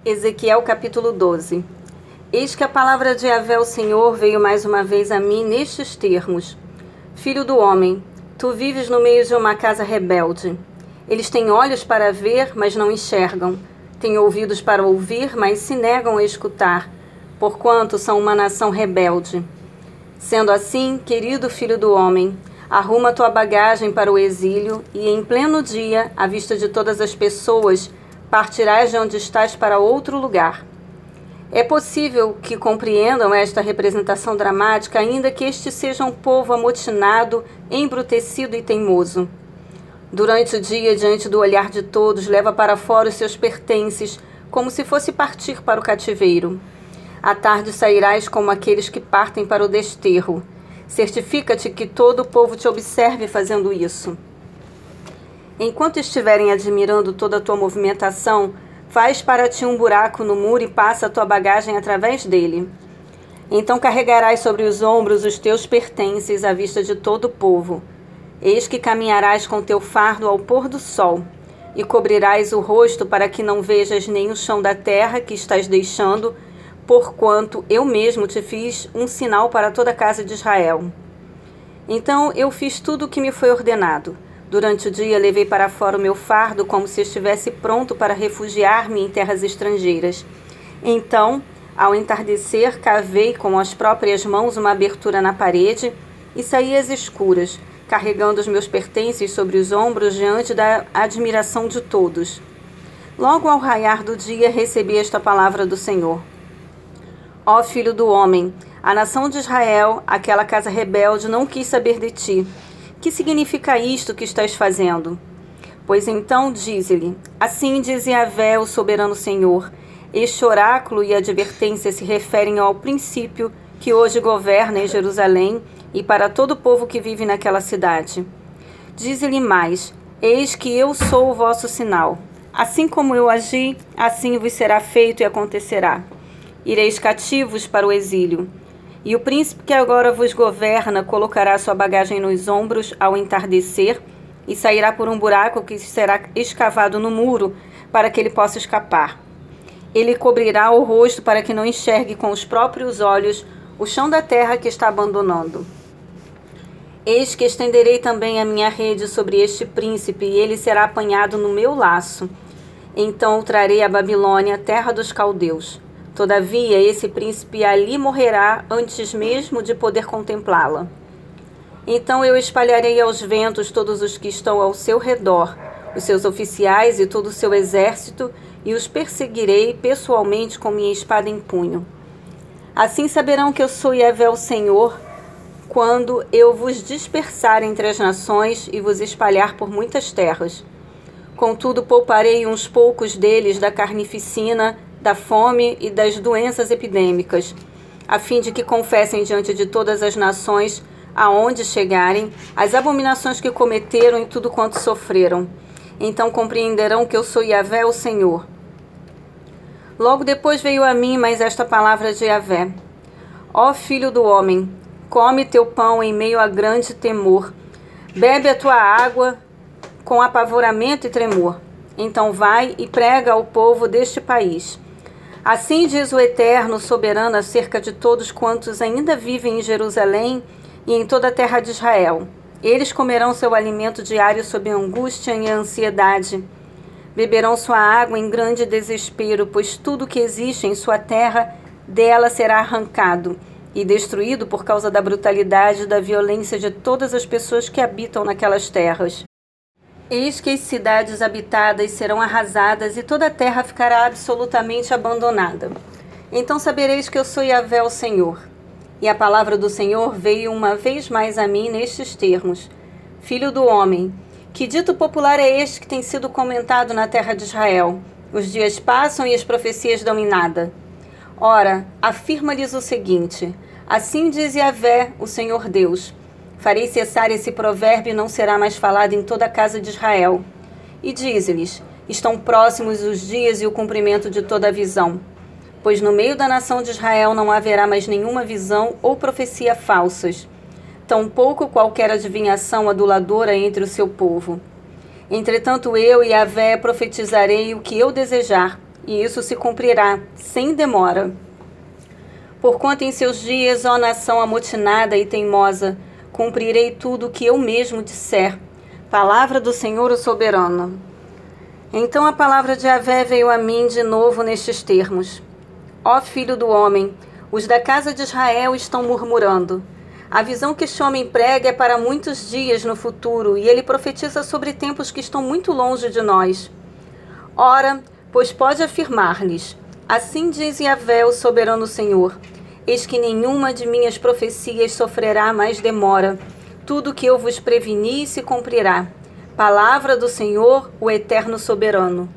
Ezequiel capítulo 12. Eis que a palavra de Yahvé, o Senhor, veio mais uma vez a mim nestes termos. Filho do homem, tu vives no meio de uma casa rebelde. Eles têm olhos para ver, mas não enxergam. Têm ouvidos para ouvir, mas se negam a escutar, porquanto são uma nação rebelde. Sendo assim, querido filho do homem, arruma tua bagagem para o exílio e, em pleno dia, à vista de todas as pessoas, partirás de onde estás para outro lugar. É possível que compreendam esta representação dramática, ainda que este seja um povo amotinado, embrutecido e teimoso. Durante o dia, diante do olhar de todos, leva para fora os seus pertences, como se fosse partir para o cativeiro. À tarde sairás como aqueles que partem para o desterro. Certifica-te que todo o povo te observe fazendo isso. Enquanto estiverem admirando toda a tua movimentação, faz para ti um buraco no muro e passa a tua bagagem através dele. Então carregarás sobre os ombros os teus pertences à vista de todo o povo. Eis que caminharás com teu fardo ao pôr do sol, e cobrirás o rosto para que não vejas nem o chão da terra que estás deixando, porquanto eu mesmo te fiz um sinal para toda a casa de Israel. Então eu fiz tudo o que me foi ordenado. Durante o dia levei para fora o meu fardo como se estivesse pronto para refugiar-me em terras estrangeiras. Então, ao entardecer, cavei com as próprias mãos uma abertura na parede e saí às escuras, carregando os meus pertences sobre os ombros diante da admiração de todos. Logo ao raiar do dia recebi esta palavra do Senhor. Ó filho do homem, a nação de Israel, aquela casa rebelde, não quis saber de ti. Que significa isto que estás fazendo? Pois então dize-lhe, assim diz Yahvé, o soberano Senhor, este oráculo e advertência se referem ao princípio que hoje governa em Jerusalém e para todo o povo que vive naquela cidade. Dize-lhe mais, eis que eu sou o vosso sinal. Assim como eu agi, assim vos será feito e acontecerá. Ireis cativos para o exílio. E o príncipe que agora vos governa colocará sua bagagem nos ombros ao entardecer e sairá por um buraco que será escavado no muro para que ele possa escapar. Ele cobrirá o rosto para que não enxergue com os próprios olhos o chão da terra que está abandonando. Eis que estenderei também a minha rede sobre este príncipe e ele será apanhado no meu laço. Então o trarei à Babilônia, terra dos caldeus. Todavia, esse príncipe ali morrerá antes mesmo de poder contemplá-la. Então eu espalharei aos ventos todos os que estão ao seu redor, os seus oficiais e todo o seu exército, e os perseguirei pessoalmente com minha espada em punho. Assim saberão que eu sou Yahvé, o Senhor, quando eu vos dispersar entre as nações e vos espalhar por muitas terras. Contudo, pouparei uns poucos deles da carnificina, da fome e das doenças epidêmicas, a fim de que confessem diante de todas as nações, aonde chegarem, as abominações que cometeram e tudo quanto sofreram. Então compreenderão que eu sou Yahvé, o Senhor. Logo depois veio a mim mais esta palavra de Yahvé. Ó filho do homem, come teu pão em meio a grande temor. Bebe a tua água com apavoramento e tremor. Então vai e prega ao povo deste país. Assim diz o Eterno soberano acerca de todos quantos ainda vivem em Jerusalém e em toda a terra de Israel. Eles comerão seu alimento diário sob angústia e ansiedade. Beberão sua água em grande desespero, pois tudo que existe em sua terra dela será arrancado e destruído por causa da brutalidade e da violência de todas as pessoas que habitam naquelas terras. Eis que as cidades habitadas serão arrasadas e toda a terra ficará absolutamente abandonada. Então sabereis que eu sou Yahvé, o Senhor. E a palavra do Senhor veio uma vez mais a mim nestes termos. Filho do homem, que dito popular é este que tem sido comentado na terra de Israel? Os dias passam e as profecias dão em nada. Ora, afirma-lhes o seguinte, assim diz Yahvé, o Senhor Deus, farei cessar esse provérbio e não será mais falado em toda a casa de Israel. E dize-lhes, estão próximos os dias e o cumprimento de toda a visão. Pois no meio da nação de Israel não haverá mais nenhuma visão ou profecia falsas. Tampouco qualquer adivinhação aduladora entre o seu povo. Entretanto eu, Yahvé, profetizarei o que eu desejar, e isso se cumprirá sem demora. Porquanto em seus dias, ó nação amotinada e teimosa, cumprirei tudo o que eu mesmo disser. Palavra do Senhor, o soberano. Então a palavra de Yahvé veio a mim de novo nestes termos: Ó filho do homem, os da casa de Israel estão murmurando. A visão que este homem prega é para muitos dias no futuro, e ele profetiza sobre tempos que estão muito longe de nós. Ora, pois pode afirmar-lhes: assim diz Yahvé, o soberano Senhor: eis que nenhuma de minhas profecias sofrerá mais demora. Tudo o que eu vos preveni se cumprirá. Palavra do Senhor, o eterno soberano.